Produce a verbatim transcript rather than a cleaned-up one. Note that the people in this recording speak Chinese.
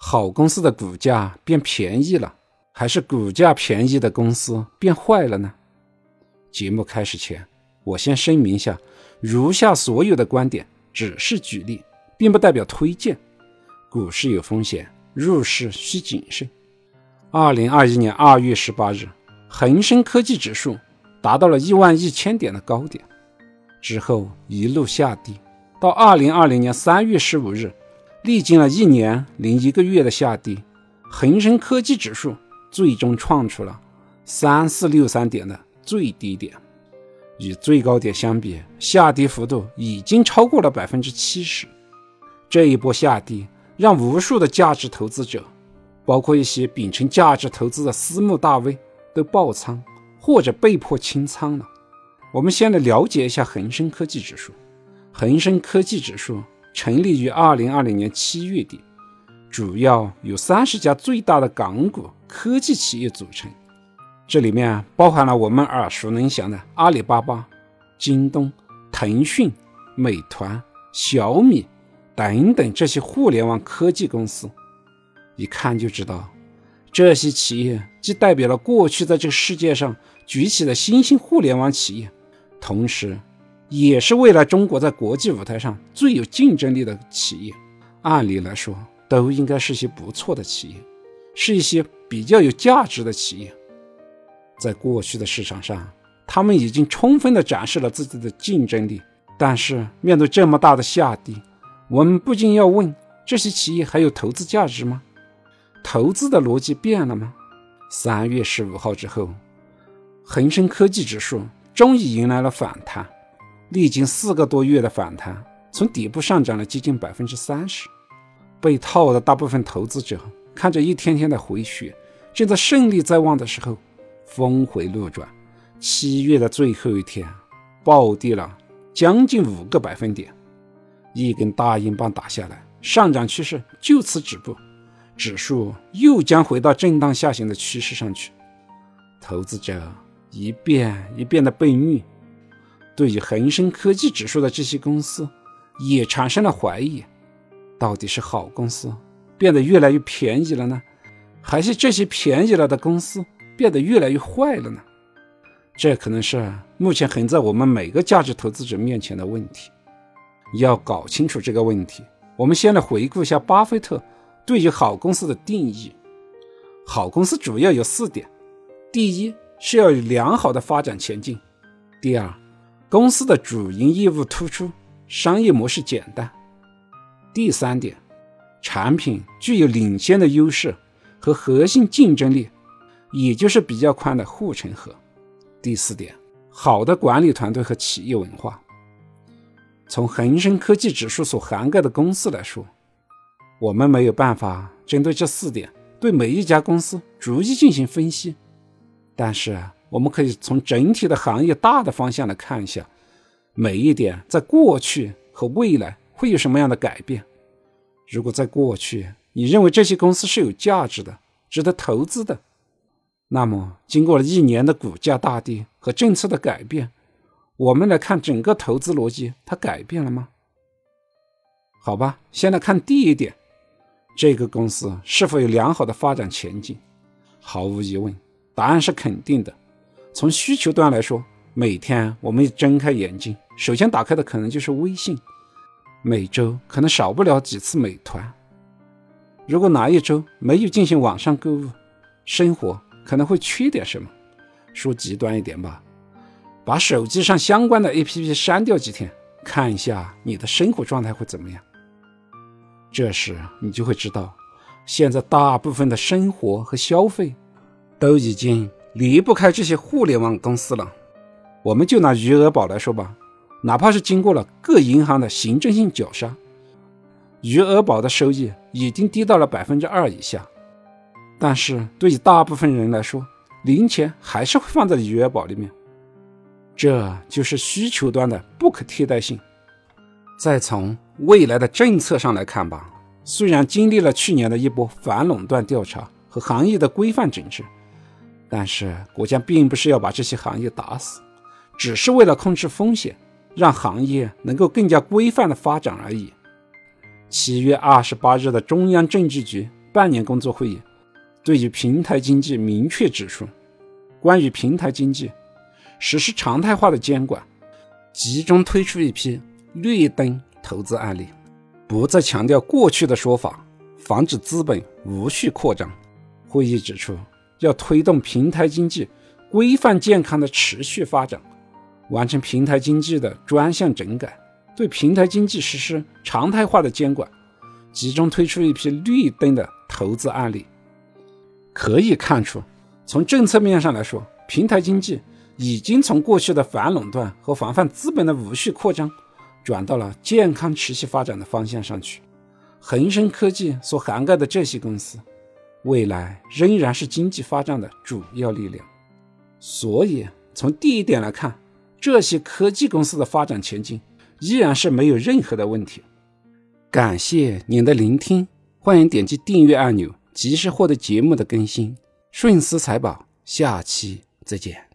好公司的股价变便宜了，还是股价便宜的公司变坏了呢？节目开始前，我先声明一下，如下所有的观点只是举例，并不代表推荐。股市有风险，入市需谨慎。二零二一年二月十八日，恒生科技指数达到了一万一千点的高点，之后一路下跌，到二零二零年三月十五日，历经了一年零一个月的下跌，恒生科技指数最终创出了三四六三点的最低点，与最高点相比，下跌幅度已经超过了 百分之七十。 这一波下跌让无数的价值投资者，包括一些秉承价值投资的私募大 V 都爆仓或者被迫清仓了。我们先来了解一下恒生科技指数。恒生科技指数成立于二零二零年七月底，主要由三十家最大的港股科技企业组成，这里面包含了我们耳熟能详的阿里巴巴、京东、腾讯、美团、小米等等这些互联网科技公司。一看就知道，这些企业既代表了过去在这个世界上举起的新兴互联网企业，同时也是未来中国在国际舞台上最有竞争力的企业。按理来说，都应该是些不错的企业，是一些比较有价值的企业。在过去的市场上，他们已经充分地展示了自己的竞争力，但是面对这么大的下跌，我们不禁要问，这些企业还有投资价值吗？投资的逻辑变了吗？三月十五号之后，恒生科技指数终于迎来了反弹，历经四个多月的反弹，从底部上涨了接近 百分之三十。 被套的大部分投资者看着一天天的回血，正在胜利在望的时候，峰回路转，七月的最后一天暴跌了将近五个百分点，一根大阴棒打下来，上涨趋势就此止步，指数又将回到震荡下行的趋势上去。投资者一遍一遍的被虐，对于恒生科技指数的这些公司也产生了怀疑，到底是好公司变得越来越便宜了呢，还是这些便宜了的公司变得越来越坏了呢？这可能是目前横在我们每个价值投资者面前的问题。要搞清楚这个问题，我们先来回顾一下巴菲特对于好公司的定义。好公司主要有四点：第一，是要有良好的发展前景；第二，公司的主营业务突出，商业模式简单；第三点，产品具有领先的优势和核心竞争力，也就是比较宽的护城河；第四点，好的管理团队和企业文化。从恒生科技指数所涵盖的公司来说，我们没有办法针对这四点对每一家公司逐一进行分析，但是我们可以从整体的行业大的方向来看一下，每一点在过去和未来会有什么样的改变。如果在过去你认为这些公司是有价值的，值得投资的，那么经过了一年的股价大跌和政策的改变，我们来看整个投资逻辑，它改变了吗？好吧，先来看第一点，这个公司是否有良好的发展前景？毫无疑问，答案是肯定的。从需求端来说，每天我们睁开眼睛，首先打开的可能就是微信，每周可能少不了几次美团。如果哪一周没有进行网上购物，生活可能会缺点什么。说极端一点吧，把手机上相关的 A P P 删掉几天，看一下你的生活状态会怎么样。这时你就会知道，现在大部分的生活和消费都已经离不开这些互联网公司了。我们就拿余额宝来说吧，哪怕是经过了各银行的行政性绞杀，余额宝的收益已经低到了 百分之二 以下，但是对于大部分人来说，零钱还是会放在余额宝里面。这就是需求端的不可替代性。再从未来的政策上来看吧，虽然经历了去年的一波反垄断调查和行业的规范整治，但是国家并不是要把这些行业打死，只是为了控制风险，让行业能够更加规范的发展而已。七月二十八日的中央政治局半年工作会议对于平台经济明确指出，关于平台经济实施常态化的监管，集中推出一批绿灯投资案例，不再强调过去的说法，防止资本无序扩张。会议指出，要推动平台经济规范健康的持续发展，完成平台经济的专项整改，对平台经济实施常态化的监管，集中推出一批绿灯的投资案例。可以看出，从政策面上来说，平台经济已经从过去的反垄断和防范资本的无序扩张，转到了健康持续发展的方向上去。恒生科技所涵盖的这些公司，未来仍然是经济发展的主要力量。所以从第一点来看，这些科技公司的发展前景依然是没有任何的问题。感谢您的聆听，欢迎点击订阅按钮，及时获得节目的更新。顺思财宝，下期再见。